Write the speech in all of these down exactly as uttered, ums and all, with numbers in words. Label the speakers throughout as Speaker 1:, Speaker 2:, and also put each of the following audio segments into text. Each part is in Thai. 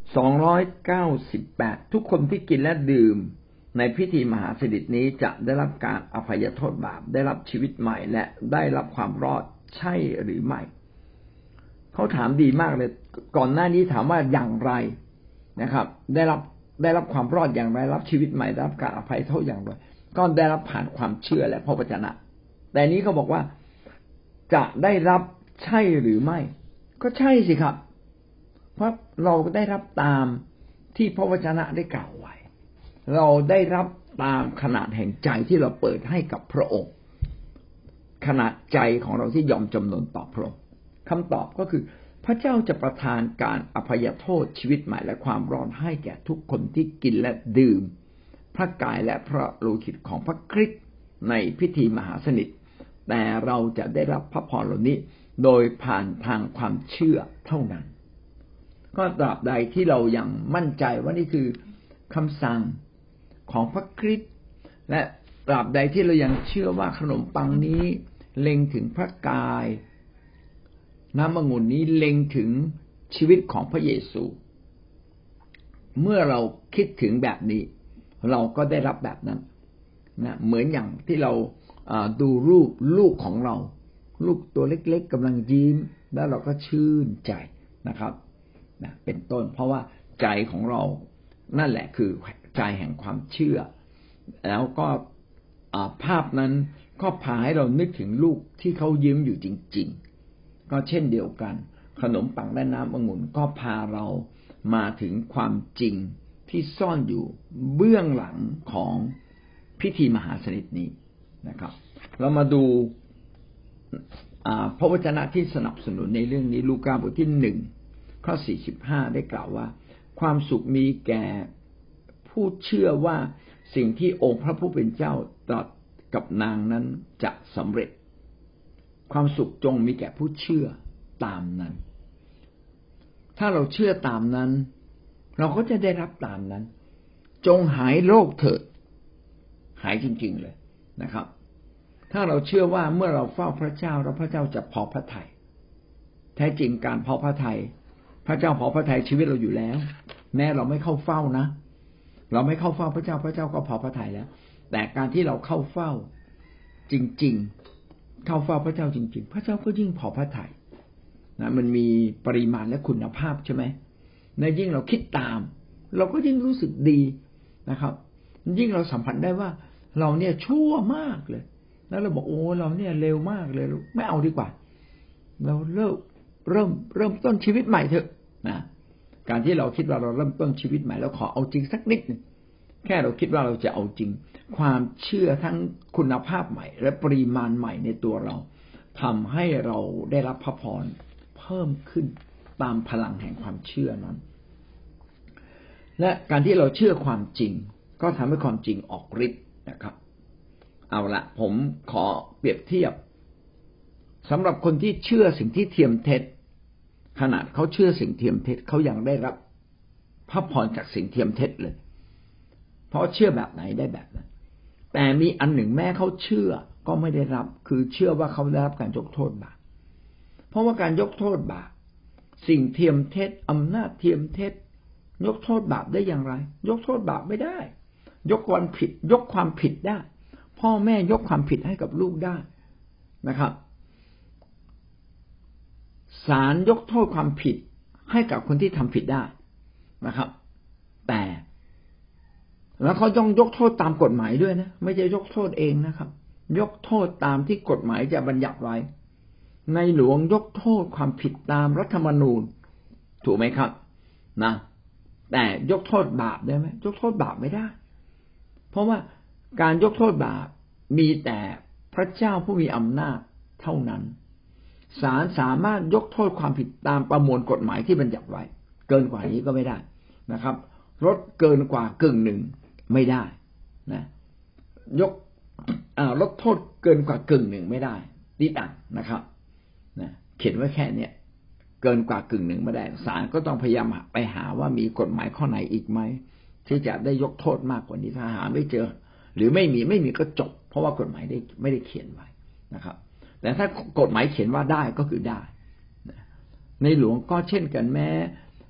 Speaker 1: สองร้อยเก้าสิบแปดทุกคนที่กินและดื่มในพิธีมหาสนิทนี้จะได้รับการอภัยโทษบาปได้รับชีวิตใหม่และได้รับความรอดใช่หรือไม่เขาถามดีมากเลยก่อนหน้านี้ถามว่าอย่างไรนะครับได้รับได้รับความรอดอย่างไรรับชีวิตใหม่ได้รับการอภัยโทษอย่างไรก็ได้รับผ่านความเชื่อและพระวจนะแต่นี้เขาบอกว่าจะได้รับใช่หรือไม่ก็ใช่สิครับเพราะเราได้รับตามที่พระวจนะได้กล่าวไว้เราได้รับตามขนาดแห่งใจที่เราเปิดให้กับพระองค์ขนาดใจของเราที่ยอมจำนนต่อพระองค์คำตอบก็คือพระเจ้าจะประทานการอภัยโทษชีวิตใหม่และความรอดให้แก่ทุกคนที่กินและดื่มพระกายและพระโลหิตของพระคริสต์ในพิธีมหาสนิทแต่เราจะได้รับพระพรเหล่านี้โดยผ่านทางความเชื่อเท่านั้นก็ตราบใดที่เรายังมั่นใจว่านี่คือคำสั่งของพระคริสต์และตราบใดที่เรายังเชื่อว่าขนมปังนี้เล็งถึงพระกายน้ำองุ่นนี้เล็งถึงชีวิตของพระเยซูเมื่อเราคิดถึงแบบนี้เราก็ได้รับแบบนั้นนะเหมือนอย่างที่เราดูรูปลูกของเราลูกตัวเล็กๆกำลังยิ้มแล้วเราก็ชื่นใจนะครับนะเป็นต้นเพราะว่าใจของเรานั่นแหละคือใจแห่งความเชื่อแล้วก็ภาพนั้นก็พาให้เรานึกถึงลูกที่เขายิ้มอยู่จริงๆก็เช่นเดียวกันขนมปังและน้ำองุ่นก็พาเรามาถึงความจริงที่ซ่อนอยู่เบื้องหลังของพิธีมหาสนิทนี้นะครับเรามาดูพระวจนะที่สนับสนุนในเรื่องนี้ลูกาบทที่หนึ่งข้อสี่สิบห้าได้กล่าวว่าความสุขมีแก่ผู้เชื่อว่าสิ่งที่องค์พระผู้เป็นเจ้าตรัสกับนางนั้นจะสำเร็จความสุขจงมีแก่ผู้เชื่อตามนั้นถ้าเราเชื่อตามนั้นเราก็จะได้รับตามนั้นจงหายโรคเถิดหายจริงๆเลยนะครับถ้าเราเชื่อว่าเมื่อเราเฝ้าพระเจ้าแล้วพระเจ้าจะพอพระทัยแท้จริงการพอพระทัยพระเจ้าพอพระทัยชีวิตเราอยู่แล้วแม้เราไม่เข้าเฝ้านะเราไม่เข้าเฝ้าพระเจ้าพระเจ้าก็พอพระทัยแล้วแต่การที่เราเข้าเฝ้าจริงๆเข้าเฝ้าพระเจ้าจริงๆพระเจ้าก็ยิ่งพอพระทัยนะมันมีปริมาณและคุณภาพใช่ไหมในยิ่งเราคิดตามเราก็ยิ่งรู้สึกดีนะครับยิ่งเราสัมผัสได้ว่าเราเนี่ยชั่วมากเลยแล้วเราบอกโอ้เราเนี่ยเลวมากเลยไม่เอาดีกว่าเราเริ่มเริ่มเริ่มต้นชีวิตใหม่เถอะนะการที่เราคิดว่าเราเริ่มต้นชีวิตใหม่แล้วขอเอาจริงสักนิดนึงแค่เราคิดว่าเราจะเอาจริงความเชื่อทั้งคุณภาพใหม่และปริมาณใหม่ในตัวเราทำให้เราได้รับพระพรเพิ่มขึ้นตามพลังแห่งความเชื่อนั้นและการที่เราเชื่อความจริงก็ทำให้ความจริงออกฤทธิ์นะครับเอาละผมขอเปรียบเทียบสำหรับคนที่เชื่อสิ่งที่เทียมเท็จขนาดเขาเชื่อสิ่งเทียมเท็จเขายังได้รับพระพรจากสิ่งเทียมเท็จเลยเพราะเชื่อแบบไหนได้แบบนั้นแต่มีอันหนึ่งแม้เขาเชื่อก็ไม่ได้รับคือเชื่อว่าเขาได้รับการยกโทษบาปเพราะว่าการยกโทษบาปสิ่งเทียมเท็จอำนาจเทียมเท็จยกโทษบาปได้อย่างไรยกโทษบาปไม่ได้ยกความผิดยกความผิดได้พ่อแม่ยกความผิดให้กับลูกได้นะครับศาลยกโทษความผิดให้กับคนที่ทำผิดได้นะครับแต่แล้วเขาต้องยกโทษตามกฎหมายด้วยนะไม่ใช่ยกโทษเองนะครับยกโทษตามที่กฎหมายจะบัญญัติไว้ในหลวงยกโทษความผิดตามรัฐธรรมนูญถูกไหมครับนะแต่ยกโทษบาปได้ไหมยกโทษบาปไม่ได้เพราะว่าการยกโทษบาปมีแต่พระเจ้าผู้มีอำนาจเท่านั้นศาลสามารถยกโทษความผิดตามประมวลกฎหมายที่บัญญัติไว้เกินกว่านี้ก็ไม่ได้นะครับลดเกินกว่ากึ่งหนึ่งไม่ได้นะยกลดโทษเกินกว่ากึ่งหนึ่งไม่ได้นิดอ่ะนะครับนะเขียนไว้แค่นี้เกินกว่ากึ่งหนึ่งไม่ได้ศาลก็ต้องพยายามไปหาว่ามีกฎหมายข้อไหนอีกไหมที่จะได้ยกโทษมากกว่านี้ถ้าหาไม่เจอหรือไม่มีไม่มีก็จบเพราะว่ากฎหมายได้ไม่ได้เขียนไว้นะครับแต่ถ้ากฎหมายเขียนว่าได้ก็คือได้ในหลวงก็เช่นกันแม้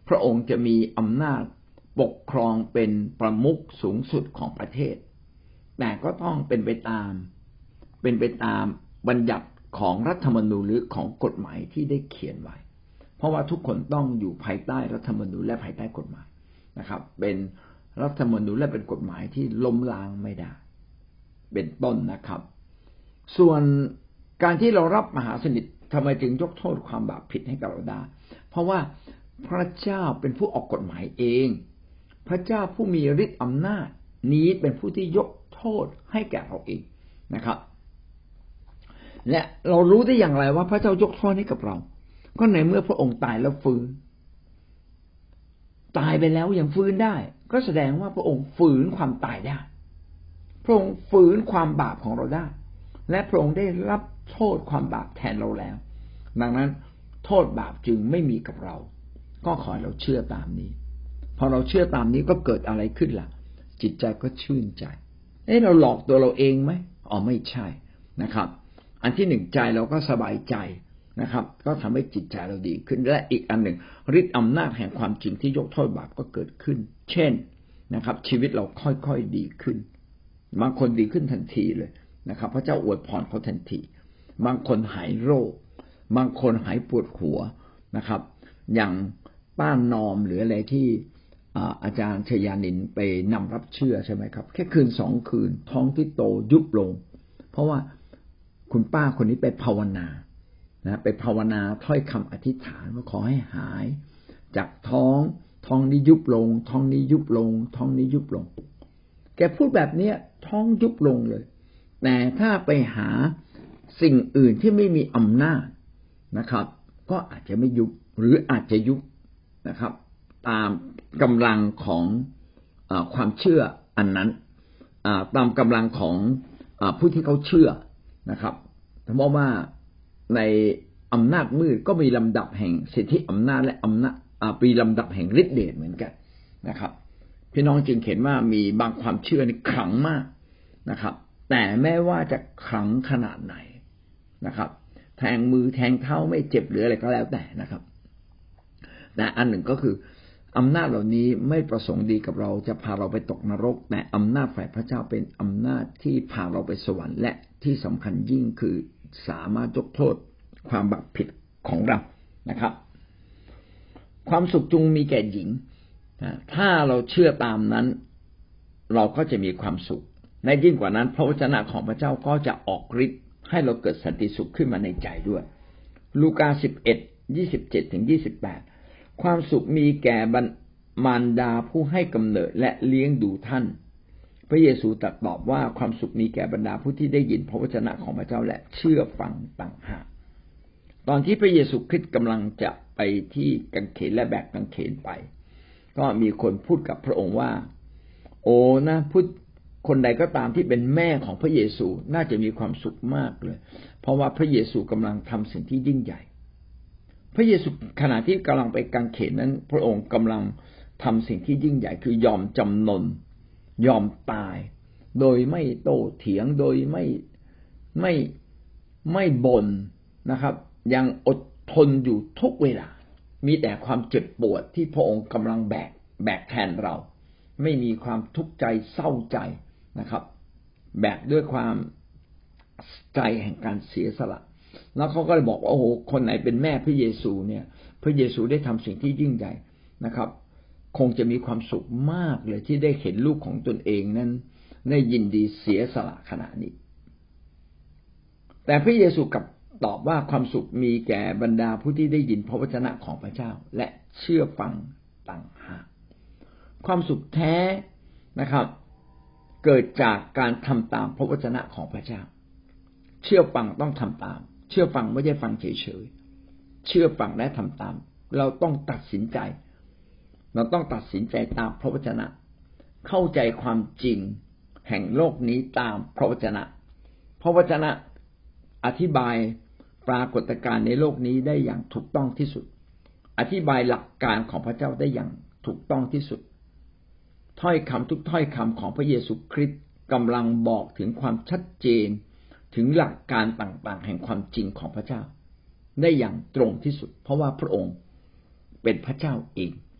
Speaker 1: พระองค์จะมีอำนาจปกครองเป็นประมุขสูงสุดของประเทศแต่ก็ต้องเป็นไปตามเป็นไปตามบัญญัติของรัฐธรรมนูญหรือของกฎหมายที่ได้เขียนไว้เพราะว่าทุกคนต้องอยู่ภายใต้รัฐธรรมนูญและภายใต้กฎหมายนะครับเป็นรัฐธรรมนูญและเป็นกฎหมายที่ล้มล้างไม่ได้เป็นต้นนะครับส่วนการที่เรารับมหาสนิททำไมจึงยกโทษความบาปผิดให้กับเราได้เพราะว่าพระเจ้าเป็นผู้ออกกฎหมายเองพระเจ้าผู้มีฤทธิ์อำนาจนี้เป็นผู้ที่ยกโทษให้แก่เราเองนะครับและเรารู้ได้อย่างไรว่าพระเจ้ายกโทษให้กับเราก็ในเมื่อพระองค์ตายแล้วฟื้นตายไปแล้วยังฟื้นได้ก็แสดงว่าพระองค์ฝืนความตายได้พระองค์ฝืนความบาปของเราได้และพระองค์ได้รับโทษความบาปแทนเราแล้วดังนั้นโทษบาปจึงไม่มีกับเราก็ขอให้เราเชื่อตามนี้พอเราเชื่อตามนี้ก็เกิดอะไรขึ้นล่ะจิตใจก็ชื่นใจเอ๊ะเราหลอกตัวเราเองไหมอ๋อไม่ใช่นะครับอันที่หนึ่งใจเราก็สบายใจนะครับก็ทำให้จิตใจเราดีขึ้นและอีกอันหนึ่งฤทธิ์อำนาจแห่งความจริงที่ยกโทษบาปก็เกิดขึ้นเช่นนะครับชีวิตเราค่อยๆดีขึ้นบางคนดีขึ้นทันทีเลยนะครับพระเจ้าอวยพรเขาทันทีบางคนหายโรคบางคนหายปวดหัวนะครับอย่างป้านอมหรืออะไรที่อาจารย์ชยานินไปนำรับเชื่อใช่ไหมครับแค่คืนสองคืนท้องที่โตยุบลงเพราะว่าคุณป้าคนนี้ไปภาวนานะไปภาวนาถ้อยคำอธิษฐานว่าขอให้หายจากท้องท้องนี้ยุบลงท้องนี้ยุบลงท้องนี้ยุบลงแกพูดแบบนี้ท้องยุบลงเลยแต่ถ้าไปหาสิ่งอื่นที่ไม่มีอำนาจนะครับก็อาจจะไม่ยุบหรืออาจจะยุบนะครับตามกำลังของเอ่อความเชื่ออันนั้นตามกำลังของผู้ที่เขาเชื่อนะครับเพราะว่าในอำนาจมืดก็มีลำดับแห่งสิทธิอำนาจและอำนาจมีลำดับแห่งฤทธิเดชเหมือนกันนะครับพี่น้องจึงเห็นว่ามีบางความเชื่อนี่ขลังมากนะครับแต่แม้ว่าจะขลังขนาดไหนนะครับแทงมือแทงเท้าไม่เจ็บหรืออะไรก็แล้วแต่นะครับแต่อันหนึ่งก็คืออำนาจเหล่านี้ไม่ประสงค์ดีกับเราจะพาเราไปตกนรกแต่อำนาจฝ่ายพระเจ้าเป็นอำนาจที่พาเราไปสวรรค์และที่สำคัญยิ่งคือสามารถยกโทษความบาปผิดของเรานะครับความสุขจงมีแก่หญิงถ้าเราเชื่อตามนั้นเราก็จะมีความสุขในยิ่งกว่านั้นพระวจนะของพระเจ้าก็จะออกฤทธิ์ให้เราเกิดสันติสุขขึ้นมาในใจด้วยลูกาสิบเอ็ด ยี่สิบเจ็ดถึงยี่สิบแปดความสุขมีแก่มารดาผู้ให้กำเนิดและเลี้ยงดูท่านพระเยซูตรัสตอบว่าความสุขมีแก่บรรดาผู้ที่ได้ยินพระวจนะของพระเจ้าและเชื่อฟังต่างหากตอนที่พระเยซูคริสต์กำลังจะไปที่กางเขนและแบกกางเขนไปก็มีคนพูดกับพระองค์ว่าโอ้นะพูดคนใดก็ตามที่เป็นแม่ของพระเยซูน่าจะมีความสุขมากเลยเพราะว่าพระเยซูกำลังทำสิ่งที่ยิ่งใหญ่พระเยซูขณะที่กำลังไปกางเขนนั้นพระองค์กำลังทำสิ่งที่ยิ่งใหญ่คือยอมจำนนยอมตายโดยไม่โต้เถียงโดยไม่ไม่ไม่บ่นนะครับยังอดทนอยู่ทุกเวลามีแต่ความเจ็บปวดที่พระองค์กำลังแบกแบกแทนเราไม่มีความทุกข์ใจเศร้าใจนะครับแบกด้วยความใจแห่งการเสียสละแล้วเขาก็เลยบอกว่าโอ้โหคนไหนเป็นแม่พระเยซูเนี่ยพระเยซูได้ทำสิ่งที่ยิ่งใหญ่นะครับคงจะมีความสุขมากเลยที่ได้เห็นลูกของตนเองนั้นได้ยินดีเสียสละขนาดนี้แต่พระเยซูกลับตอบว่าความสุขมีแก่บรรดาผู้ที่ได้ยินพระวจนะของพระเจ้าและเชื่อฟังต่างหากความสุขแท้นะครับเกิดจากการทำตามพระวจนะของพระเจ้าเชื่อฟังต้องทำตามเชื่อฟังไม่ใช่ฟังเฉยๆเชื่อฟังและทำตามเราต้องตัดสินใจเราต้องตัดสินใจตามพระวจนะเข้าใจความจริงแห่งโลกนี้ตามพระวจนะพระวจนะอธิบายปรากฏการณ์ในโลกนี้ได้อย่างถูกต้องที่สุดอธิบายหลักการของพระเจ้าได้อย่างถูกต้องที่สุดถ้อยคำทุกถ้อยคำของพระเยซูคริสต์กำลังบอกถึงความชัดเจนถึงหลักการต่างๆแห่งความจริงของพระเจ้าได้อย่างตรงที่สุดเพราะว่าพระองค์เป็นพระเจ้าเอง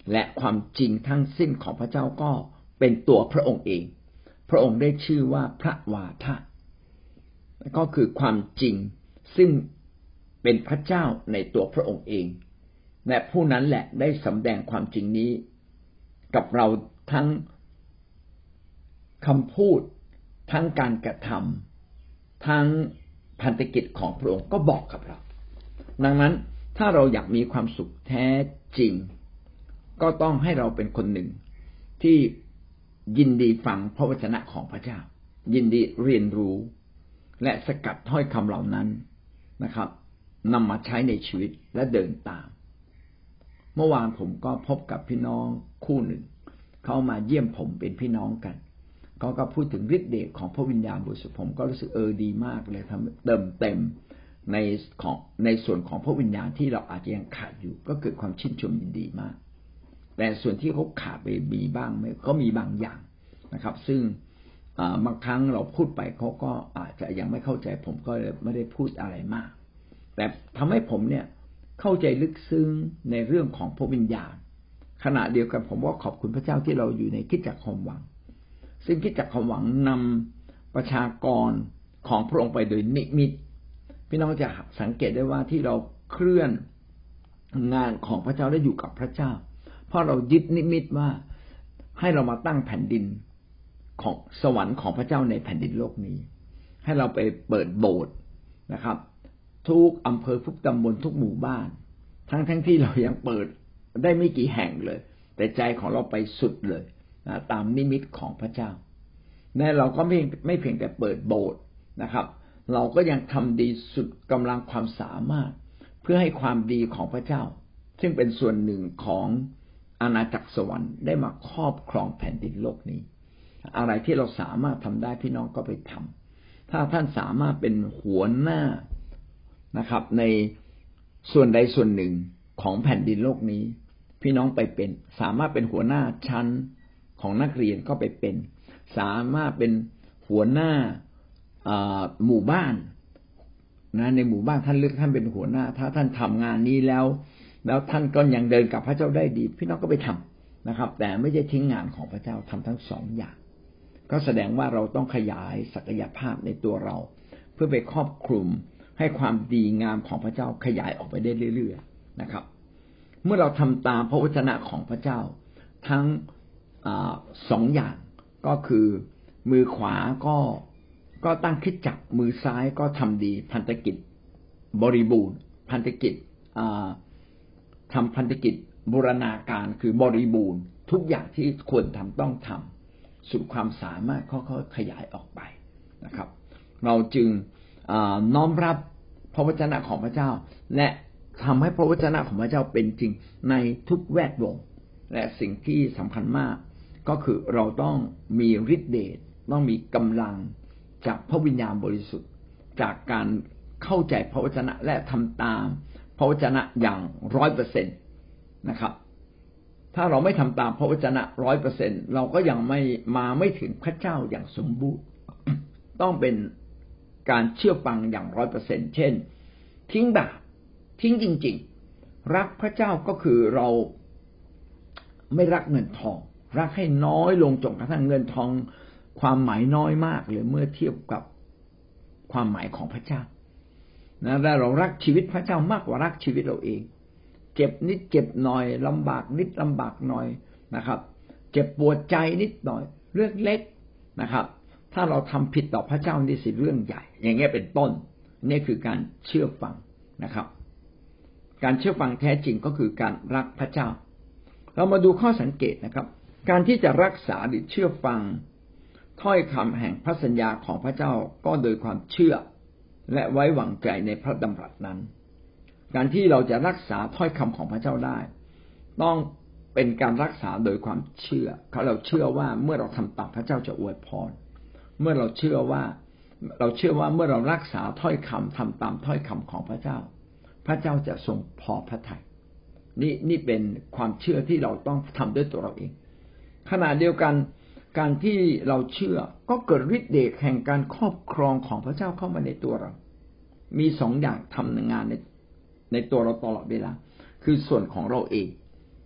Speaker 1: และความจริงทั้งสิ้นของพระเจ้าก็เป็นตัวพระองค์เองพระองค์ได้ชื่อว่าพระวาทะก็คือความจริงซึ่งเป็นพระเจ้าในตัวพระองค์เองและผู้นั้นแหละได้สำแดงความจริงนี้กับเราทั้งคำพูดทั้งการกระทำทั้งพันธกิจของพระองค์ก็บอกกับเราดังนั้นถ้าเราอยากมีความสุขแท้จริงก็ต้องให้เราเป็นคนหนึ่งที่ยินดีฟังพระวจนะของพระเจ้ายินดีเรียนรู้และสกัดถ้อยคำเหล่านั้นนะครับนำมาใช้ในชีวิตและเดินตามเมื่อวานผมก็พบกับพี่น้องคู่หนึ่งเขามาเยี่ยมผมเป็นพี่น้องกันเขาก็พูดถึงฤทธิ์เดชของพระวิญญาณบริสุทธิ์ผมก็รู้สึกเออดีมากเลยทำเติมเต็มในของในส่วนของพระวิญญาณที่เราอาจจะยังขาดอยู่ก็เกิดความชื่นชมยินดีมากแต่ส่วนที่เขาขาดไปมีบ้างไหมก็มีบางอย่างนะครับซึ่งบางครั้งเราพูดไปเขาก็อาจจะยังไม่เข้าใจผมก็ไม่ได้พูดอะไรมากแต่ทำให้ผมเนี่ยเข้าใจลึกซึ้งในเรื่องของพระวิญญาณขณะเดียวกันผมก็ขอบคุณพระเจ้าที่เราอยู่ในคริสตจักรความหวังซึ่งคริสตจักรความหวังนำประชากรของพระองค์ไปโดยนิมิตพี่น้องจะสังเกตได้ว่าที่เราเคลื่อนงานของพระเจ้าได้อยู่กับพระเจ้าเพราะเรายึดนิมิตว่าให้เรามาตั้งแผ่นดินของสวรรค์ของพระเจ้าในแผ่นดินโลกนี้ให้เราไปเปิดโบสถ์นะครับทุกอำเภอทุกตำบลทุกหมู่บ้านทั้งทั้งที่เรายังเปิดได้ไม่กี่แห่งเลยแต่ใจของเราไปสุดเลยนะตามนิมิตของพระเจ้าและเราก็ไม่ไม่เพียงแต่เปิดโบสถ์นะครับเราก็ยังทำดีสุดกำลังความสามารถเพื่อให้ความดีของพระเจ้าซึ่งเป็นส่วนหนึ่งของอาณาจักรสวรรค์ได้มาครอบครองแผ่นดินโลกนี้อะไรที่เราสามารถทำได้พี่น้องก็ไปทำถ้าท่านสามารถเป็นหัวหน้านะครับในส่วนใดส่วนหนึ่งของแผ่นดินโลกนี้พี่น้องไปเป็นสามารถเป็นหัวหน้าชั้นของนักเรียนก็ไปเป็นสามารถเป็นหัวหน้าหมู่บ้านนะในหมู่บ้านท่านเลือกท่านเป็นหัวหน้าถ้าท่านทำงานนี้แล้วแล้วท่านก็ยังเดินกับพระเจ้าได้ดีพี่น้องก็ไปทำนะครับแต่ไม่ใช่ทิ้งงานของพระเจ้าทำทั้งสองอย่างก็แสดงว่าเราต้องขยายศักยภาพในตัวเราเพื่อไปครอบคลุมให้ความดีงามของพระเจ้าขยายออกไปได้เรื่อยๆนะครับเมื่อเราทำตามพระวจนะของพระเจ้าทั้งสองอย่างก็คือมือขวาก็ก็ตั้งคริสตจักรมือซ้ายก็ทำดีพันธกิจบริบูรณ์พันธกิจทำพันธกิจบูรณาการคือบริบูรณ์ทุกอย่างที่ควรทำต้องทำสุดความสามารถค่อยๆขยายออกไปนะครับเราจึงน้อมรับพระวจนะของพระเจ้าและทำให้พระวจนะของพระเจ้าเป็นจริงในทุกแวดวงและสิ่งที่สำคัญมากก็คือเราต้องมีฤทธิ์เดชต้องมีกำลังจากพระวิญญาณบริสุทธิ์จากการเข้าใจพระวจนะและทำตามพระวจนะอย่างร้อยเปอร์เซ็นต์นะครับถ้าเราไม่ทำตามพระวจนะร้อยเปอร์เซ็นต์เราก็ยังไม่มาไม่ถึงพระเจ้าอย่างสมบูรณ์ต้องเป็นการเชื่อฟังอย่างร้อยเปอร์เซ็นต์เช่นทิ้งบาปทิ้งจริงๆรักพระเจ้าก็คือเราไม่รักเงินทองรักให้น้อยลงจนกระทั่งเงินทองความหมายน้อยมากเลยเมื่อเทียบกับความหมายของพระเจ้านะและเรารักชีวิตพระเจ้ามากกว่ารักชีวิตเราเองเจ็บนิดเจ็บหน่อยลำบากนิดลำบากหน่อยนะครับเจ็บปวดใจนิดหน่อยเรื่องเล็กนะครับถ้าเราทำผิดต่อพระเจ้านี่สิเรื่องใหญ่อย่างเงี้ยเป็นต้นนี่คือการเชื่อฟังนะครับการเชื่อฟังแท้จริงก็คือการรักพระเจ้าเรามาดูข้อสังเกตนะครับการที่จะรักษาหรือเชื่อฟังถ้อยคำแห่งพระสัญญาของพระเจ้าก็โดยความเชื่อและไว้วางใจในพระดำรัสนั้นการที่เราจะรักษาถ้อยคำของพระเจ้าได้ต้องเป็นการรักษาโดยความเชื่อเขาเราเชื่อว่าเมื่อเราทำตามพระเจ้าจะอวยพรเมื่อเราเชื่อว่าเราเชื่อว่าเมื่อเรารักษาถ้อยคำทำตามถ้อยคำของพระเจ้าพระเจ้าจะทรงพอพระทัยนี่นี่เป็นความเชื่อที่เราต้องทำด้วยตัวเราเองขณะเดียวกันการที่เราเชื่อก็เกิดฤทธิ์เดชแห่งการครอบครองของพระเจ้าเข้ามาในตัวเรามีสองอย่างทำงานในในตัวเราตลอดเวลาคือส่วนของเราเอง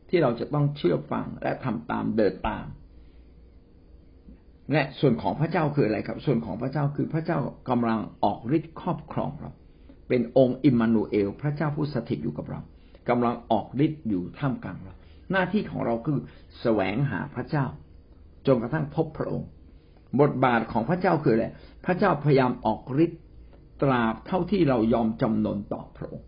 Speaker 1: ที่เราจะต้องเชื่อฟังและทำตามเดินตามและส่วนของพระเจ้าคืออะไรครับส่วนของพระเจ้าคือพระเจ้ากำลังออกฤทธิ์ครอบครองเราเป็นองค์อิมมานูเอลพระเจ้าผู้สถิตอยู่กับเรากำลังออกฤทธิ์อยู่ท่ามกลางเราหน้าที่ของเราคือแสวงหาพระเจ้าจนกระทั่งพบพระองค์บทบาทของพระเจ้าคืออะไรพระเจ้าพยายามออกฤทธิ์ตราบเท่าที่เรายอมจำนนต่อพระองค์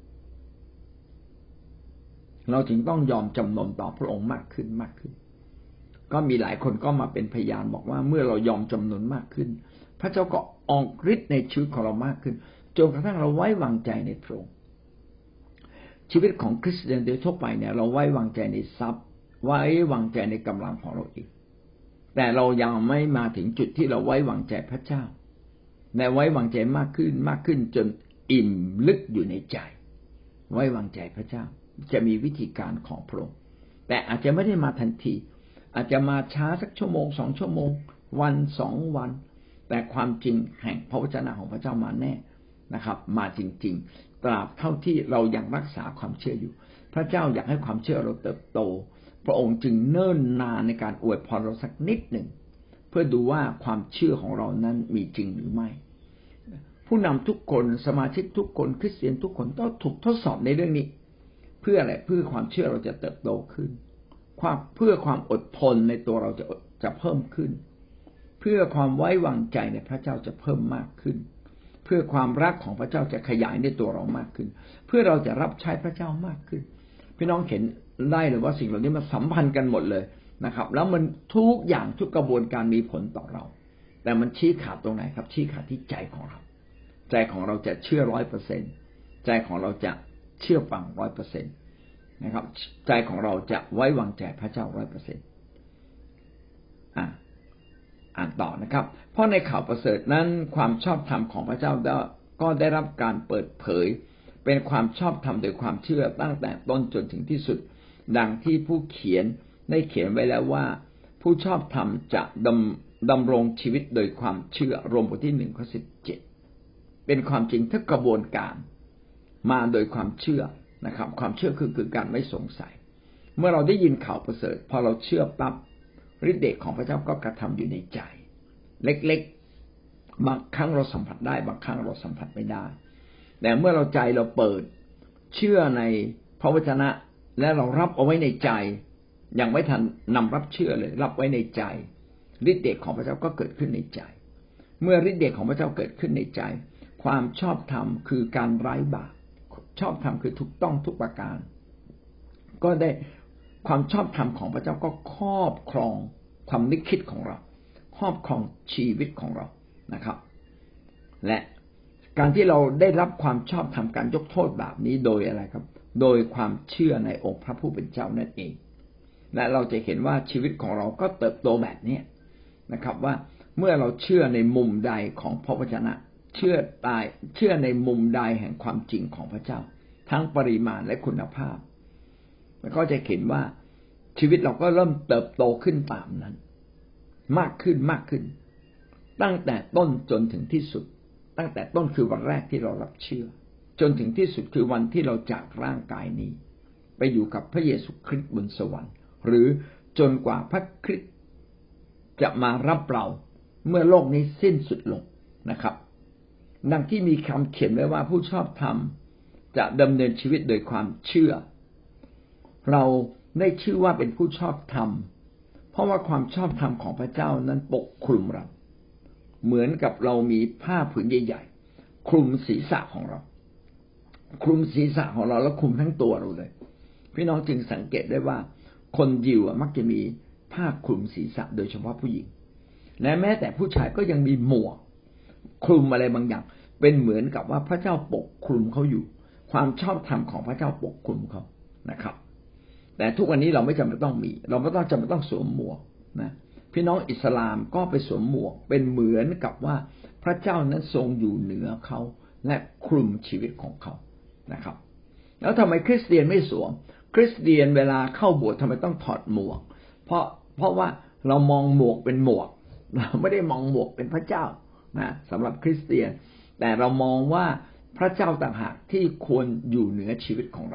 Speaker 1: เราจึงต้องยอมจำนนต่อพระองค์มากขึ้นมากขึ้นก็มีหลายคนก็มาเป็นพยานบอกว่าเมื่อเรายอมจำนนมากขึ้นพระเจ้าก็ออกฤทธิ์ในชีวิตของเรามากขึ้นจนกระทั่งเราไว้วางใจในพระองค์ชีวิตของคริสเตียนโดยทั่วไปเนี่ยเราไว้วางใจในทรัพย์ไว้วางใจในกำลังของเราเองแต่เรายังไม่มาถึงจุดที่เราไว้วางใจพระเจ้าแต่ไว้วางใจมากขึ้นมากขึ้นจนอิ่มลึกอยู่ในใจไว้วางใจพระเจ้าจะมีวิธีการของพระองค์แต่อาจจะไม่ได้มาทันทีอาจจะมาช้าสักชั่วโมงสองชั่วโมงวันสองวันแต่ความจริงแห่งพระวจนะของพระเจ้ามาแน่นะครับมาจริงๆตราบเท่าที่เรายังรักษาความเชื่ออยู่พระเจ้าอยากให้ความเชื่อเราเติบโตพระองค์จึงเนิ่นนานในการอวยพรเราสักนิดหนึ่งเพื่อดูว่าความเชื่อของเรานั้นมีจริงหรือไม่ผู้นำทุกคนสมาชิกทุกคนคริสเตียนทุกคนต้องถูกทดสอบในเรื่องนี้เพื่ออะไรเพื่อความเชื่อเราจะเติบโตขึ้นความเพื่อความอดทนในตัวเราจะจะเพิ่มขึ้นเพื่อความไว้วางใจในพระเจ้าจะเพิ่มมากขึ้นเพื่อความรักของพระเจ้าจะขยายในตัวเรามากขึ้นเพื่อเราจะรับใช้พระเจ้ามากขึ้นพี่น้องเห็นได้เลยว่าสิ่งเหล่านี้มันสัมพันธ์กันหมดเลยนะครับแล้วมันทุกอย่างทุกกระบวนการมีผลต่อเราแต่มันชี้ขาดตรงไหนครับชี้ขาดที่ใจของเราใจของเราจะเชื่อร้อยเปอร์เซ็นต์ใจของเราจะเชื่อฟังร้อยเปอร์เซ็นต์นะครับใจของเราจะไว้วางใจพระเจ้าร้อยเปอร์เซ็นต์อ่าอ่านต่อนะครับเพราะในข่าวประเสริฐนั้นความชอบธรรมของพระเจ้าก็ได้รับการเปิดเผยเป็นความชอบธรรมโดยความเชื่อตั้งแต่ต้นจนถึงที่สุดดังที่ผู้เขียนได้เขียนไว้แล้วว่าผู้ชอบธรรมจะดำดำรงชีวิตโดยความเชื่อรวมบทที่หนึ่งข้อสิบเจ็ดเป็นความจริงทุกกระบวนการมาโดยความเชื่อนะครับความเชื่อคือคือการไม่สงสัยเมื่อเราได้ยินข่าวประเสริฐพอเราเชื่อปั๊บฤทธิ์เดชของพระเจ้าก็กระทำอยู่ในใจเล็กๆบางครั้งเราสัมผัสได้บางครั้งเราสัมผัสไม่ได้แต่เมื่อเราใจเราเปิดเชื่อในพระวจนะและเรารับเอาไว้ในใจยังไม่ทันนำรับเชื่อเลยรับไว้ในใจฤทธิ์เดชของพระเจ้าก็เกิดขึ้นในใจเมื่อฤทธิ์เดชของพระเจ้าเกิดขึ้นในใจความชอบธรรมคือการไร้บาปชอบธรรมคือถูกต้องทุกประการก็ได้ความชอบธรรมของพระเจ้าก็ครอบครองความนึกคิดของเราครอบครองชีวิตของเรานะครับและการที่เราได้รับความชอบธรรมการยกโทษบาปนี้โดยอะไรครับโดยความเชื่อในองค์พระผู้เป็นเจ้านั่นเองและเราจะเห็นว่าชีวิตของเราก็เติบโตแบบนี้นะครับว่าเมื่อเราเชื่อในมุมใดของพระวจนะเชื่อตายเชื่อในมุมใดแห่งความจริงของพระเจ้าทั้งปริมาณและคุณภาพแล้วก็จะเห็นว่าชีวิตเราก็เริ่มเติบโตขึ้นตามนั้นมากขึ้นมากขึ้นตั้งแต่ต้นจนถึงที่สุดตั้งแต่ต้นคือวันแรกที่เรารับเชื่อจนถึงที่สุดคือวันที่เราจากร่างกายนี้ไปอยู่กับพระเยซูคริสต์บนสวรรค์หรือจนกว่าพระคริสต์จะมารับเราเมื่อโลกนี้สิ้นสุดลงนะครับดังที่มีคำเขียนไว้ว่าผู้ชอบธรรมจะดำเนินชีวิตโดยความเชื่อเราได้ชื่อว่าเป็นผู้ชอบธรรมเพราะว่าความชอบธรรมของพระเจ้านั้นปกคลุมเราเหมือนกับเรามีผ้าผืนใหญ่ๆคลุมศีรษะของเราคลุมศีรษะของเราแล้วคลุมทั้งตัวเราเลยพี่น้องจึงสังเกตได้ว่าคนยิวมักจะมีผ้าคลุมศีรษะโดยเฉพาะผู้หญิงและแม้แต่ผู้ชายก็ยังมีหมวกคลุมอะไรบางอย่างเป็นเหมือนกับว่าพระเจ้าปกคลุมเขาอยู่ความชอบธรรมของพระเจ้าปกคลุมเขานะครับแต่ทุกวันนี้เราไม่จำเป็นต้องมีเราไม่ต้องจำเป็นต้องสวมหมวกนะพี่น้องอิสลามก็ไปสวมหมวกเป็นเหมือนกับว่าพระเจ้านั้นทรงอยู่เหนือเขาและคลุมชีวิตของเขานะครับแล้วทำไมคริสเตียนไม่สวมคริสเตียนเวลาเข้าโบสถ์ทำไมต้องถอดหมวกเพราะเพราะว่าเรามองหมวกเป็นหมวกเราไม่ได้มองหมวกเป็นพระเจ้านะสำหรับคริสเตียนแต่เรามองว่าพระเจ้าต่างหากที่ควรอยู่เหนือชีวิตของเรา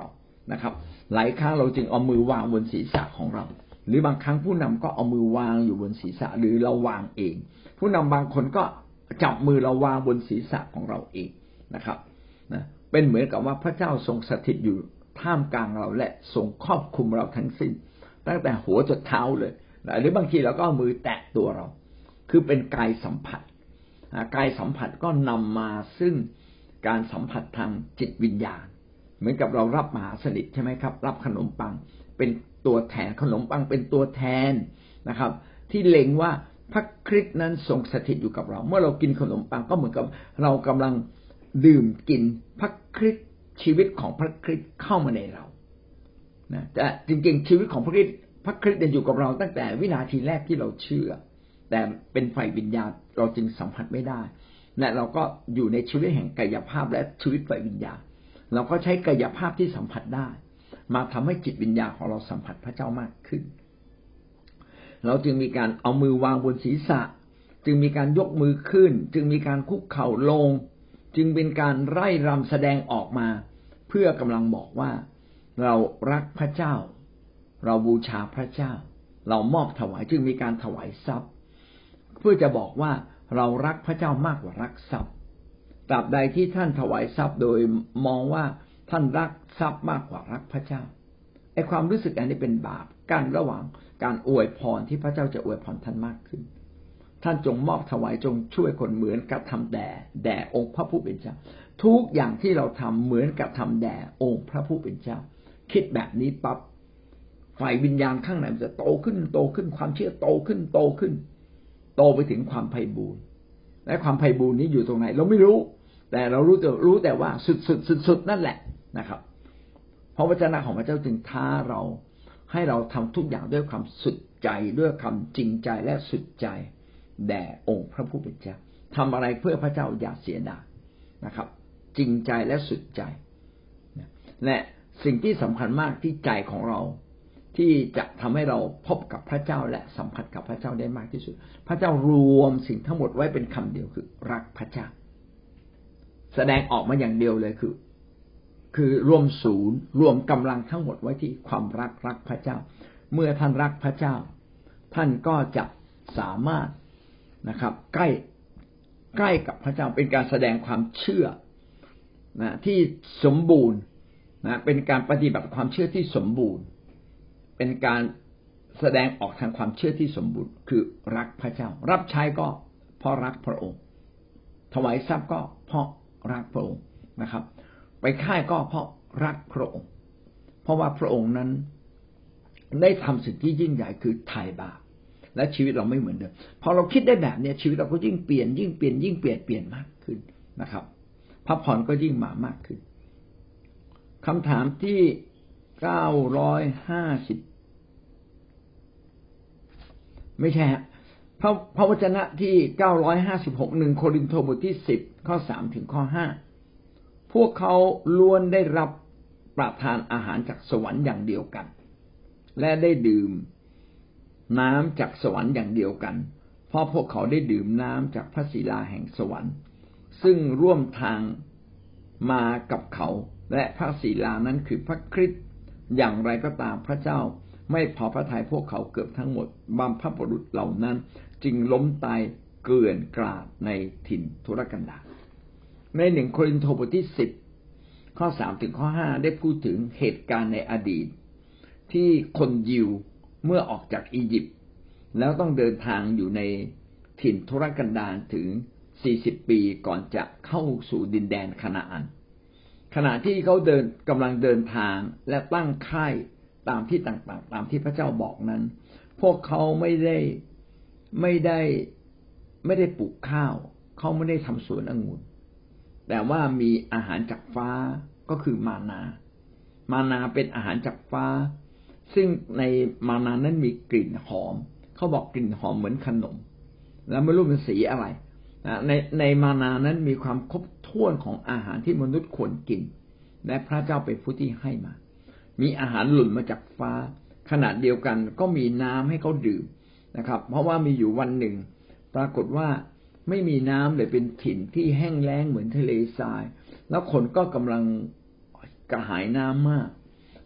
Speaker 1: นะครับหลายครั้งเราจึงเอามือวางบนศีรษะของเราหรือบางครั้งผู้นำก็เอามือวางอยู่บนศีรษะหรือเราวางเองผู้นำบางคนก็จับมือเราวางบนศีรษะของเราเองนะครับนะเป็นเหมือนกับว่าพระเจ้าทรงสถิตอยู่ท่ามกลางเราและทรงครอบคลุมเราทั้งสิ้นตั้งแต่หัวจนเท้าเลยหรือบางทีเราก็เอามือแตะตัวเราคือเป็นกายสัมผัสกายสัมผัสก็นำมาซึ่งการสัมผัสทางจิตวิญญาณเหมือนกับเรารับมหาสนิทใช่ไหมครับรับขนมปังเป็นตัวแทนขนมปังเป็นตัวแทนนะครับที่เล็งว่าพระคริสต์นั้นทรงสถิตอยู่กับเราเมื่อเรากินขนมปังก็เหมือนกับเรากำลังดื่มกินพระคริสต์ชีวิตของพระคริสต์เข้ามาในเรานะแต่จริงๆชีวิตของพระคริสต์พระคริสต์อยู่กับเราตั้งแต่วินาทีแรกที่เราเชื่อแต่เป็นฝ่ายวิญญาณเราจึงสัมผัสไม่ได้และเราก็อยู่ในชีวิตแห่งกายภาพและชีวิตฝ่ายวิญญาณเราก็ใช้กายภาพที่สัมผัสได้มาทำให้จิตวิญญาณของเราสัมผัสพระเจ้ามากขึ้นเราจึงมีการเอามือวางบนศีรษะจึงมีการยกมือขึ้นจึงมีการคุกเข่าลงจึงเป็นการไร่รำแสดงออกมาเพื่อกำลังบอกว่าเรารักพระเจ้าเราบูชาพระเจ้าเรามอบถวายจึงมีการถวายทรัพย์เพื่อจะบอกว่าเรารักพระเจ้ามากกว่ารักทรัพย์ตราบใดที่ท่านถวายทรัพย์โดยมองว่าท่านรักทรัพย์มากกว่ารักพระเจ้าไอ้ความรู้สึกอันนี้เป็นบาปกั้นระหว่างการอวยพรที่พระเจ้าจะอวยพรท่านมากขึ้นท่านจงมอบถวายจงช่วยคนเหมือนกับทำแด่แด่องค์พระผู้เป็นเจ้าทุกอย่างที่เราทำเหมือนกับทำแด่องค์พระผู้เป็นเจ้าคิดแบบนี้ปั๊บฝ่ายวิญญาณข้างในมันจะโตขึ้นโตขึ้นความเชื่อโตขึ้นโตขึ้นโตไปถึงความไพบูลย์และความไพบูลย์นี้อยู่ตรงไหนเราไม่รู้แต่เรารู้แต่รู้แต่ว่าสุดๆๆนั่นแหละนะครับเพราะวจนะของพระเจ้าจึงท้าเราให้เราทำทุกอย่างด้วยความสุดใจด้วยความจริงใจและสุดใจแด่องค์พระผู้เป็นเจ้าทำอะไรเพื่อพระเจ้าอย่าเสียดายนะครับจริงใจและสุดใจและสิ่งที่สำคัญมากที่ใจของเราที่จะทำให้เราพบกับพระเจ้าและสัมผัสกับพระเจ้าได้มากที่สุดพระเจ้ารวมสิ่งทั้งหมดไว้เป็นคำเดียวคือรักพระเจ้าแสดงออกมาอย่างเดียวเลยคือคือรวมศูนย์รวมกำลังทั้งหมดไว้ที่ความรักรักพระเจ้าเมื่อท่านรักพระเจ้าท่านก็จะสามารถนะครับใกล้ใกล้กับพระเจ้าเป็นการแสดงความเชื่อนะที่สมบูรณ์นะเป็นการปฏิบัติความเชื่อที่สมบูรณ์เป็นการแสดงออกทางความเชื่อที่สมบูรณ์คือรักพระเจ้ารับใช้ก็เพราะรักพระองค์ถวายทรัพย์ก็เพราะรักพระองค์นะครับไปค่ายก็เพราะรักพระองค์เพราะว่าพระองค์นั้นได้ทำสิ่งที่ยิ่งใหญ่คือไถ่บาปและชีวิตเราไม่เหมือนเดิมพอเราคิดได้แบบนี้ชีวิตเราก็ยิ่งเปลี่ยนยิ่งเปลี่ยนยิ่งเปลี่ยนเปลี่ยนมากขึ้นนะครับพระพรก็ยิ่งมามากขึ้นคำถามที่เก้าร้อยห้าสิบไม่ใช่ฮะพระพระวจนะที่เก้าร้อยห้าสิบหก หนึ่งโครินธ์บทที่สิบข้อสามถึงข้อห้าพวกเขาล้วนได้รับประทานอาหารจากสวรรค์อย่างเดียวกันและได้ดื่มน้ำจากสวรรค์อย่างเดียวกันเพราะพวกเขาได้ดื่มน้ำจากพระศิลาแห่งสวรรค์ซึ่งร่วมทางมากับเขาและพระศิลานั้นคือพระคริสต์อย่างไรก็ตามพระเจ้าไม่พอพระทัยพวกเขาเกือบทั้งหมดบัมพบุรุษเหล่านั้นจึงล้มตายเกลื่อนกลาดในถิ่นทุรกันดารในหนึ่งโครินธ์บทที่สิบข้อสามถึงข้อห้าได้พูดถึงเหตุการณ์ในอดีตที่คนยิวเมื่อออกจากอียิปต์แล้วต้องเดินทางอยู่ในถิ่นทุรกันดารถึงสี่สิบปีก่อนจะเข้าสู่ดินแดนคานาอันขณะที่เขาเดินกำลังเดินทางและตั้งค่ายตามที่ต่างๆตามที่พระเจ้าบอกนั้นพวกเขาไม่ได้ไม่ได้ไม่ได้ปลูกข้าวเขาไม่ได้ทำสวนองุ่นแต่ว่ามีอาหารจากฟ้าก็คือมานามานาเป็นอาหารจากฟ้าซึ่งในมานานั้นมีกลิ่นหอมเขาบอกกลิ่นหอมเหมือนขนมแล้วไม่รู้เป็นสีอะไรในในมานานั้นมีความครบถ้วนของอาหารที่มนุษย์ควรกินและพระเจ้าเป็นผู้ที่ให้มามีอาหารหล่นมาจากฟ้าขณะเดียวกันก็มีน้ำให้เขาดื่มนะครับเพราะว่ามีอยู่วันหนึ่งปรากฏว่าไม่มีน้ำเลยเป็นถิ่นที่แห้งแล้งเหมือนทะเลทรายแล้วคนก็กำลังกระหายน้ำมาก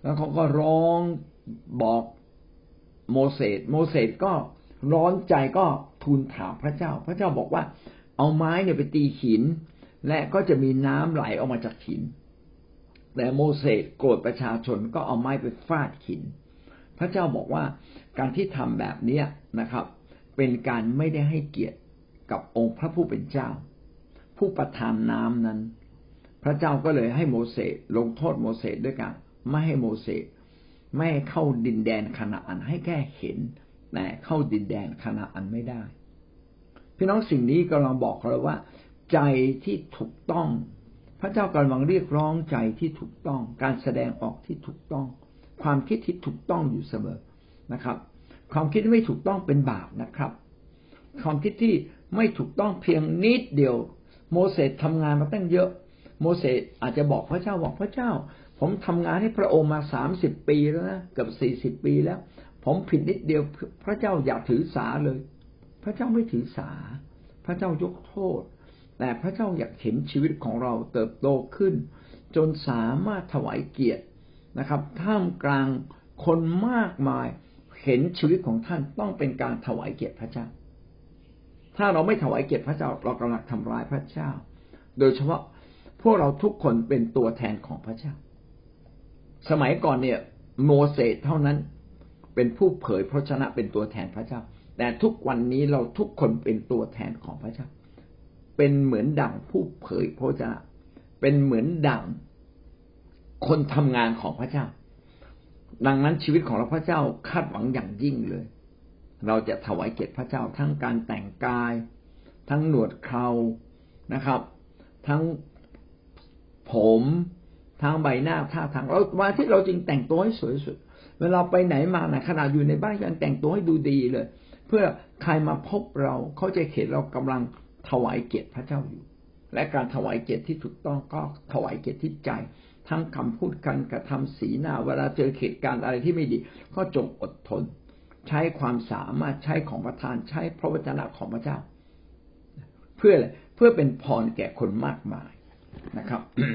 Speaker 1: แล้วเขาก็ร้องบอกโมเสสโมเสสก็ร้อนใจก็ทูลถามพระเจ้าพระเจ้าบอกว่าเอาไม้เนี่ยไปตีหินและก็จะมีน้ำไหลออกมาจากหินแต่โมเสสโกรธประชาชนก็เอาไม้ไปฟาดหินพระเจ้าบอกว่าการที่ทำแบบนี้นะครับเป็นการไม่ได้ให้เกียรติกับองค์พระผู้เป็นเจ้าผู้ประทานน้ำนั้นพระเจ้าก็เลยให้โมเสสลงโทษโมเสสด้วยกันไม่ให้โมเสสไม่ให้เข้าดินแดนคานาอันให้แค่เห็นแต่เข้าดินแดนคานาอันไม่ได้พี่น้องสิ่งนี้กำลังบอกเราว่าใจที่ถูกต้องพระเจ้ากำลังเรียกร้องใจที่ถูกต้องการแสดงออกที่ถูกต้องความคิดที่ถูกต้องอยู่เสมอนะครับความคิดที่ไม่ถูกต้องเป็นบาปนะครับความคิดที่ไม่ถูกต้องเพียงนิดเดียวโมเสสทำงานมาตั้งเยอะโมเสสอาจจะบอกพระเจ้าบอกพระเจ้าผมทำงานให้พระองค์มาสามสิบปีแล้วนะเกือบสี่สิบปีแล้วผมผิดนิดเดียวพระเจ้าอย่าถือสาเลยพระเจ้าไม่ถือสาพระเจ้ายกโทษแต่พระเจ้าอยากเห็นชีวิตของเราเติบโตขึ้นจนสามารถถวายเกียรตินะครับท่ามกลางคนมากมายเห็นชีวิตของท่านต้องเป็นการถวายเกียรติพระเจ้าถ้าเราไม่ถวายเกียรติพระเจ้าเรากำลังทำร้ายพระเจ้าโดยเฉพาะพวกเราทุกคนเป็นตัวแทนของพระเจ้าสมัยก่อนเนี่ยโมเสสเท่านั้นเป็นผู้เผยพระชนะเป็นตัวแทนพระเจ้าแต่ทุกวันนี้เราทุกคนเป็นตัวแทนของพระเจ้าเป็นเหมือนดั่งผู้เผยพระชนะเป็นเหมือนดั่งคนทำงานของพระเจ้าดังนั้นชีวิตของเราพระเจ้าคาดหวังอย่างยิ่งเลยเราจะถวายเกียรติพระเจ้าทั้งการแต่งกายทั้งหนวดเครานะครับทั้งผมทั้งใบหน้าท่าทางเราวันที่เราจริงแต่งตัวให้สวยสุดเวลาไปไหนมาไหนขนาดอยู่ในบ้านยังแต่งตัวให้ดูดีเลยเพื่อใครมาพบเราเขาจะเห็นเรากำลังถวายเกียรติพระเจ้าอยู่และการถวายเกียรติที่ถูกต้องก็ถวายเกียรติที่ใจทั้งคำพูดการกระทำสีหน้าเวลาเจอเหตุการณ์อะไรที่ไม่ดีก็จงอดทนใช้ความสามารถใช้ของประทานใช้พระวจนะของพระเจ้าเพื่ออะไรเพื่อเป็นพรแก่คนมากมายนะครับ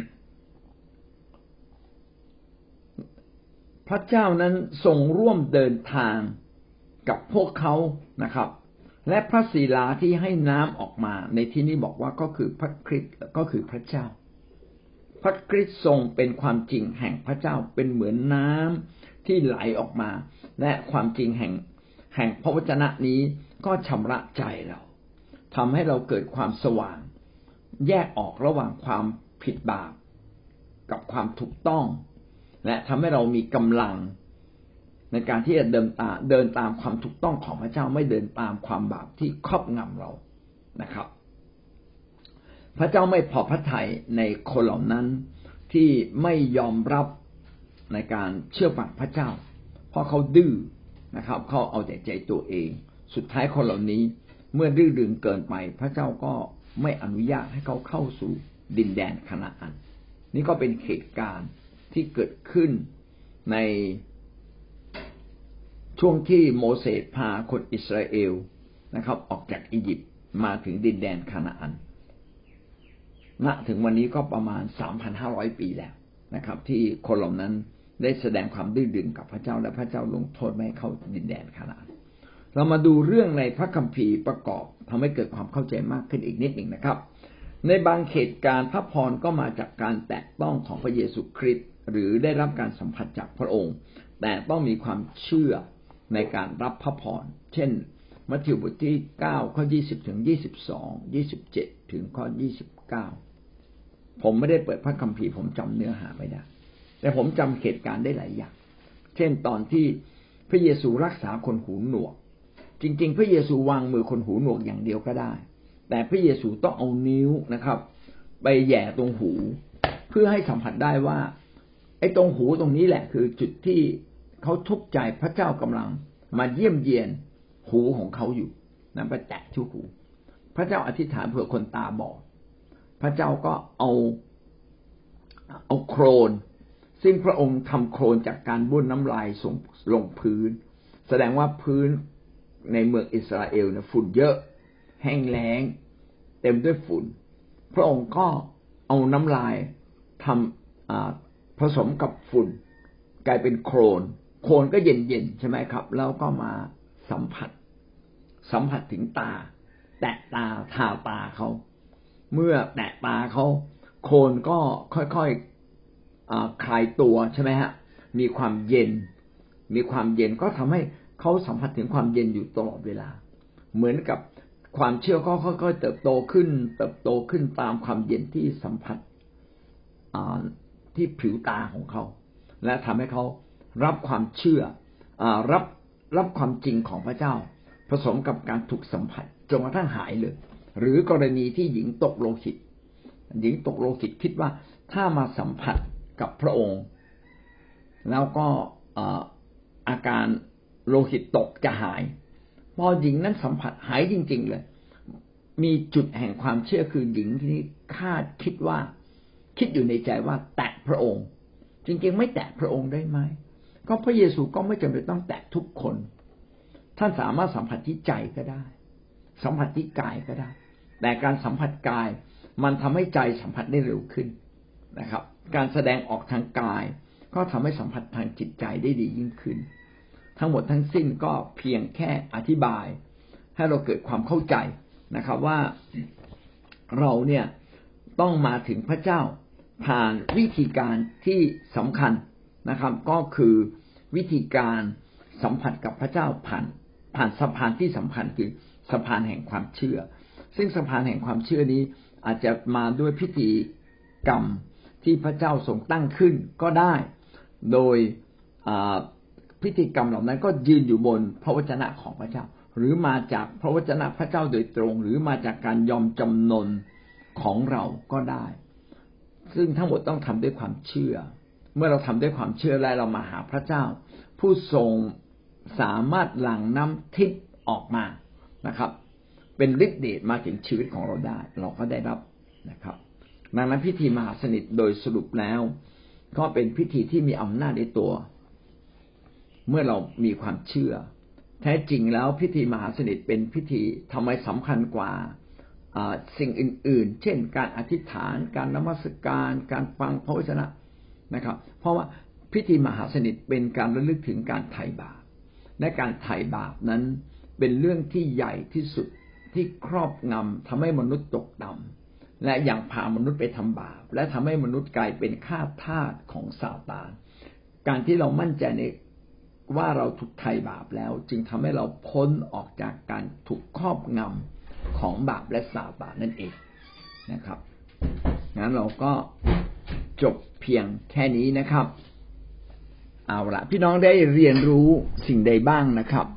Speaker 1: พระเจ้านั้นทรงร่วมเดินทางกับพวกเขานะครับและพระศิลาที่ให้น้ำออกมาในที่นี้บอกว่าก็คือพระคริสต์ก็คือพระเจ้าพระคริสต์ทรงเป็นความจริงแห่งพระเจ้าเป็นเหมือนน้ำที่ไหลออกมาและความจริงแห่งแห่งพระวจนะนี้ก็ชำระใจเราทำให้เราเกิดความสว่างแยกออกระหว่างความผิดบาปกับความถูกต้องและทำให้เรามีกำลังในการที่จะเดินตามเดินตามความถูกต้องของพระเจ้าไม่เดินตามความบาปที่ครอบงำเรานะครับพระเจ้าไม่พอพระทัยในคนเหล่านั้นที่ไม่ยอมรับในการเชื่อฟังพระเจ้าเพราะเขาดื้อนะครับเขาเอาแต่ใจตัวเองสุดท้ายคนเหล่านี้เมื่อดื้อดึงเกินไปพระเจ้าก็ไม่อนุญาตให้เขาเข้าสู่ดินแดนคานาอันนี่ก็เป็นเหตุการณ์ที่เกิดขึ้นในช่วงที่โมเสสพาคนอิสราเอลนะครับออกจากอียิปต์มาถึงดินแดนคานาอันณถึงวันนี้ก็ประมาณ สามพันห้าร้อย ปีแล้วนะครับที่คนเหล่านั้นได้แสดงความดื้อดึงกับพระเจ้าและพระเจ้าลงโทษไม่ให้เข้าดินแดนคานาอันเรามาดูเรื่องในพระคัมภีร์ประกอบทำให้เกิดความเข้าใจมากขึ้นอีกนิดหนึ่งนะครับในบางเหตุการณ์พระพรก็มาจากการแตะต้องของพระเยซูคริสต์หรือได้รับการสัมผัสจากพระองค์แต่ต้องมีความเชื่อในการรับพระพรเช่นมัทธิวบทที่เก้าข้อยี่สิบถึงยี่สิบสอง ยี่สิบเจ็ดถึงข้อยี่สิบเก้าผมไม่ได้เปิดพระคัมภีร์ผมจำเนื้อหาไม่ได้แต่ผมจำเหตุการณ์ได้หลายอย่างเช่นตอนที่พระเยซูรักษาคนหูหนวกจริงๆพระเยซูวางมือคนหูหนวกอย่างเดียวก็ได้แต่พระเยซูต้องเอานิ้วนะครับไปแหย่ตรงหูเพื่อให้สัมผัสได้ว่าไอ้ตรงหูตรงนี้แหละคือจุดที่เขาทุกข์ใจพระเจ้ากำลังมาเยี่ยมเยียนหูของเขาอยู่นั้นไปแตะที่หูพระเจ้าอธิษฐานเผื่อคนตาบอดพระเจ้าก็เอาเอาโครนซึ่งพระองค์ทำโครนจากการบ้วนน้ำลายส่งลงพื้นแสดงว่าพื้นในเมืองอิสราเอลเนี่ยฝุ่นเยอะแห้งแล้งเต็มด้วยฝุ่นพระองค์ก็เอาน้ำลายทำผสมกับฝุ่นกลายเป็นโคลนโคลนก็เย็นๆใช่ไหมครับแล้วก็มาสัมผัสสัมผัสถึงตาแตะตาทาตาเขาเมื่อแตะตาเขาโคลนก็ค่อยๆคลายตัวใช่ไหมฮะมีความเย็นมีความเย็นก็ทำให้เขาสัมผัสถึงความเย็นอยู่ตลอดเวลาเหมือนกับความเชื่อก็ค่อยๆเติบโตขึ้นเติบโตขึ้นตามความเย็นที่สัมผัสที่ผิวตาของเขาและทำให้เขารับความเชื่อรับรับความจริงของพระเจ้าผสมกับการถูกสัมผัสจนกระทั่งหายเลยหรือกรณีที่หญิงตกโลหิตหญิงตกโลหิตคิดว่าถ้ามาสัมผัสกับพระองค์แล้วก็อาการโลหิตตกจะหายพอหญิงนั้นสัมผัสหายจริงๆเลยมีจุดแห่งความเชื่อคือหญิงที่คาดคิดว่าคิดอยู่ในใจว่าแตะพระองค์จริงๆไม่แตะพระองค์ได้ไหมก็พระเยซูก็ไม่จำเป็นต้องแตะทุกคนท่านสามารถสัมผัสที่ใจก็ได้สัมผัสที่กายก็ได้แต่การสัมผัสกายมันทำให้ใจสัมผัสได้เร็วขึ้นนะครับการแสดงออกทางกายก็ทำให้สัมผัสทางจิตใจได้ดียิ่งขึ้นทั้งหมดทั้งสิ้นก็เพียงแค่อธิบายให้เราเกิดความเข้าใจนะครับว่าเราเนี่ยต้องมาถึงพระเจ้าผ่านวิธีการที่สำคัญนะครับก็คือวิธีการสัมผัสกับพระเจ้าผ่านผ่านสะพานที่สำคัญคือสะพานแห่งความเชื่อซึ่งสะพานแห่งความเชื่อนี้อาจจะมาด้วยพิธีกรรมที่พระเจ้าทรงตั้งขึ้นก็ได้โดยพิธีกรรมเหล่านั้นก็ยืนอยู่บนพระวจนะของพระเจ้าหรือมาจากพระวจนะพระเจ้าโดยตรงหรือมาจากการยอมจำนนของเราก็ได้ซึ่งทั้งหมดต้องทำด้วยความเชื่อเมื่อเราทำด้วยความเชื่อและเรามาหาพระเจ้าผู้ทรงสามารถหลั่งน้ำทิพย์ออกมานะครับเป็นฤทธิ์เดชมาถึงชีวิตของเราได้เราก็ได้รับนะครับดังนั้นพิธีมหาสนิทโดยสรุปแล้วก็เป็นพิธีที่มีอำนาจในตัวเมื่อเรามีความเชื่อแท้จริงแล้วพิธีมหาสนิทเป็นพิธีทำไมสำคัญกว่าสิ่งอื่นๆเช่นการอธิษฐานการนมัสการการฟังพระวจนะนะครับเพราะว่าพิธีมหาสนิทเป็นการระลึกถึงการไถ่บาปและการไถ่บาปนั้นเป็นเรื่องที่ใหญ่ที่สุดที่ครอบงำทำให้มนุษย์ตกต่ำและยังพามนุษย์ไปทำบาปและทำให้มนุษย์กลายเป็นข้าทาสของซาตานการที่เรามั่นใจในว่าเราถูกไถ่บาปแล้วจึงทำให้เราพ้นออกจากการถูกครอบงำของบาปและซาตานนั่นเองนะครับงั้นเราก็จบเพียงแค่นี้นะครับเอาละพี่น้องได้เรียนรู้สิ่งใดบ้างนะครับ